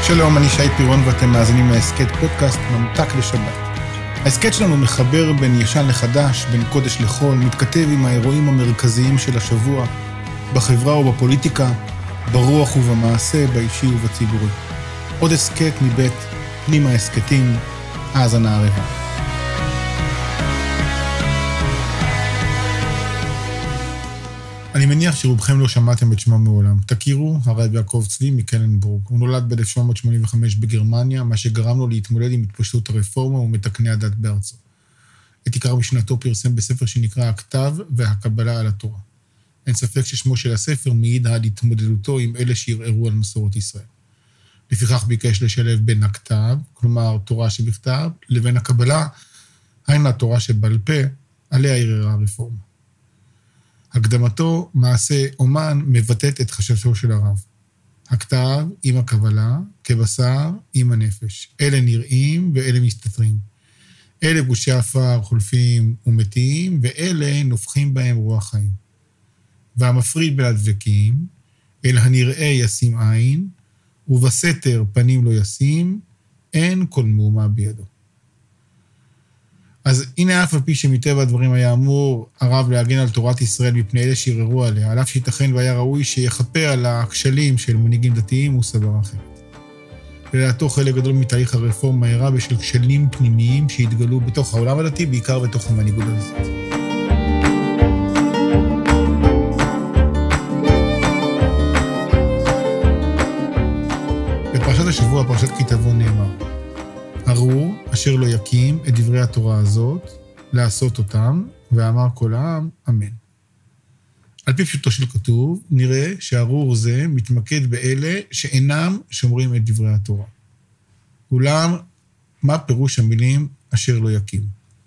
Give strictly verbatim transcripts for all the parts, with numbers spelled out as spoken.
שלום, אני שי פירון ואתם מאזינים להסקט פודקאסט ממתק לשבת. ההסקט שלנו מחבר בין ישן לחדש, בין קודש לחול, מתכתב עם האירועים המרכזיים של השבוע, בחברה ובפוליטיקה, ברוח ובמעשה, באישי ובציבורי. עוד הסקט מבית פנימה הסקטים, האזנה הרבה. אני מניח שרובכם לא שמעתם את שמו מעולם. תכירו, הרב יעקב צבי מקלנבורג. הוא נולד ב-אלף שבע מאות שמונים וחמש בגרמניה, מה שגרם לו להתמודד עם התפשטות הרפורמה ומתקני הדת בארצו. את עיקר משנתו פרסם בספר שנקרא הכתב והקבלה על התורה. אין ספק ששמו של הספר מעיד על התמודדותו עם אלה שערערו על מסורת ישראל. לפיכך ביקש לשלב בין הכתב, כלומר תורה שבכתב, לבין הקבלה, היינה התורה שבעל פה, עליה ערערה הרפורמה. הקדמתו, מעשה אומן, מבטאת את חששו של הרב. הכתב עם הקבלה, כבשר עם הנפש. אלה נראים ואלה מסתתרים. אלה גושי עפר חולפים ומתים, ואלה נופחים בהם רוח חיים. והמפריד בין הדבקים, אל הנראה ישים עין, ובסתר פנים לא ישים, אין כל מאומה בידו. אז הנה אף על פי שמטבע הדברים היה אמור הרב להגן על תורת ישראל מפני אלה שערערו עליה, על אף שייתכן והיה ראוי שיחפה על הכשלים של מנהיגים דתיים וסבר אחרת. ולדעתו חלק גדול מתהליך הרפורמה אירע בשל כשלים פנימיים שהתגלו בתוך העולם הדתי, בעיקר בתוך המנהיגות הדתית. בפרשת השבוע, פרשת כי תבוא, נאמר: ארור אשר לא יקים את דברי התורה הזאת, לעשות אותם, ואמר כל העם, אמן. על פי פשוטו של כתוב, נראה שהארור זה מתמקד באלה שאינם שומרים את דברי התורה. אולם, מה פירוש המילים אשר לא יקים?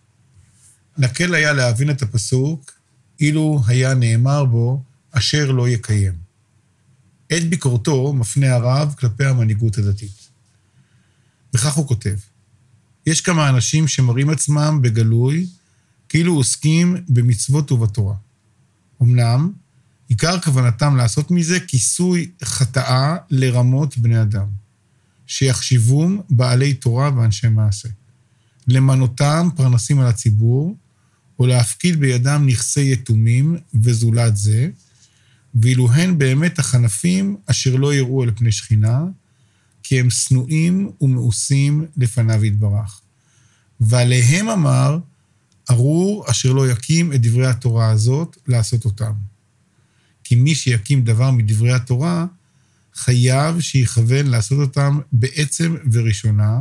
נקל היה להבין את הפסוק, אילו היה נאמר בו, אשר לא יקיים. את ביקורתו מפנה הרב כלפי המנהיגות הדתית. וכך הוא כותב: יש כמה אנשים שמראים עצמם בגלוי, כאילו עוסקים במצוות ובתורה. אמנם, עיקר כוונתם לעשות מזה כיסוי חטאה לרמות בני אדם, שיחשיבום בעלי תורה ואנשי מעשה, למנותם פרנסים על הציבור, או להפקיד בידם נכסי יתומים וזולת זה, ואילו הן באמת החנפים אשר לא יראו על פני שכינה, כי הם שנואים ומאוסים לפניו יתברך. ועליהם אמר, ארור אשר לא יקים את דברי התורה הזאת לעשות אותם. כי מי שיקים דבר מדברי התורה, חייב שיכוון לעשות אותם בעצם וראשונה,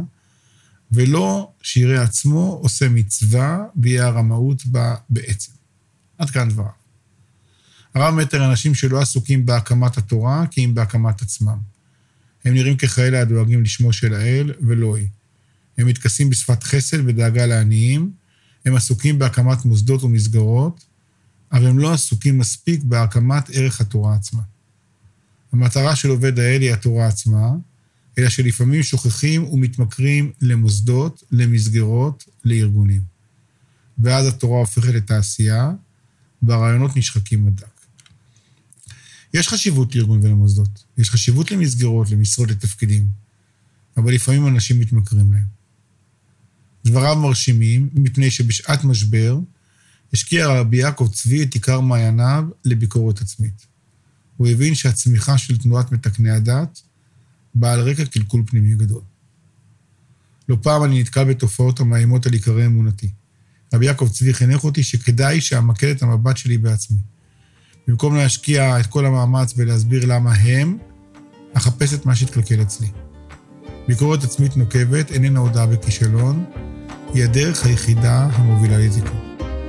ולא שיראה עצמו עושה מצווה ויהיה הרמאות בה בעצם. עד כאן דבר. הרב מתאר אנשים שלא עסוקים בהקמת התורה, כי אם בהקמת עצמם. הם נראים ככאלה הדואגים לשמו של האל ולא היא. הם מתכסים בשפת חסד ודאגה לעניים, הם עסוקים בהקמת מוסדות ומסגרות, אבל הם לא עסוקים מספיק בהקמת ערך התורה עצמה. המטרה של עובד האל היא התורה עצמה, אלא שלפעמים שוכחים ומתמכרים למוסדות, למסגרות, לארגונים. ואז התורה הופכת לתעשייה, והרעיונות נשחקים מדק. יש חשיבות לארגון ולמוסדות, יש חשיבות למסגרות, למשרות, לתפקידים, אבל לפעמים אנשים מתמכרים להם. דבריו מרשימים, מפני שבשעת משבר, השקיע רבי יעקב צבי את עיקר מעייניו לביקורת עצמית. הוא הבין שהצמיחה של תנועת מתקני הדת באה על רקע קלקול פנימי גדול. לא פעם אני נתקל בתופעות המאיימות על עיקרי אמונתי. רבי יעקב צבי חינך אותי שכדאי שאמקד את המבט שלי בעצמי. במקום להשקיע את כל המאמץ ולהסביר למה הם, אחפש את מה שהתקלקל אצלי. ביקורת עצמית נוקבת איננה הודעה בכישלון, היא הדרך היחידה המובילה לזיכרון.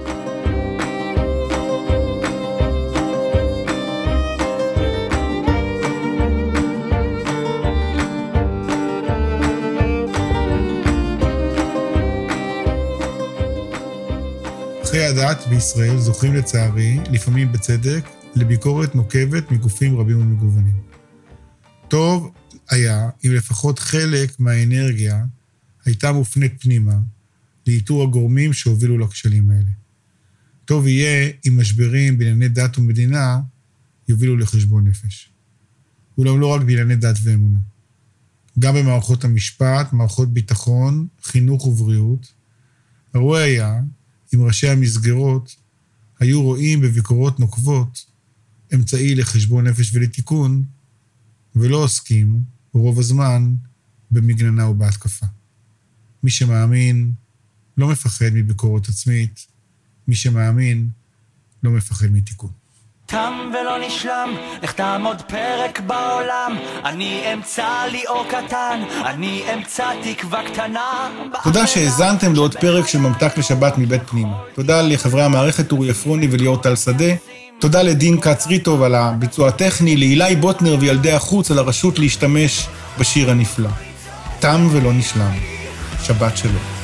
חיי הדת בישראל זוכים לצערי, לפעמים בצדק, לביקורת נוקבת מגופים רבים ומגוונים. טוב היה אם לפחות חלק מהאנרגיה הייתה מופנית פנימה לאיתור הגורמים שהובילו לכשלים האלה. טוב יהיה אם משברים בענייני דת ומדינה יובילו לחשבון נפש. אולם לא רק בענייני דת ואמונה. גם במערכות המשפט, מערכות ביטחון, חינוך ובריאות. הראוי היה, אם ראשי המסגרות היו רואים בביקורות נוקבות אמצעי לחשבון נפש ולתיקון, ולא עוסקים ברוב הזמן במגננה ובהתקפה. מי שמאמין לא מפחד מביקורת עצמית, מי שמאמין לא מפחד מתיקון. תם ולא נשלם, לך תעמוד פרק בעולם, אני אמצא לי אור קטן, אני אמצא תקווה קטנה. תודה שהאזנתם לעוד פרק של ממתק לשבת מבית פנימה. תודה לחברי המערכת אורי אפרוני וליאור טל שדה. תודה לדין קצריטוב על הביצוע הטכני, לאילי בוטנר וילדי החוץ על הרשות להשתמש בשיר הנפלא. תם ולא נשלם. שבת שלום.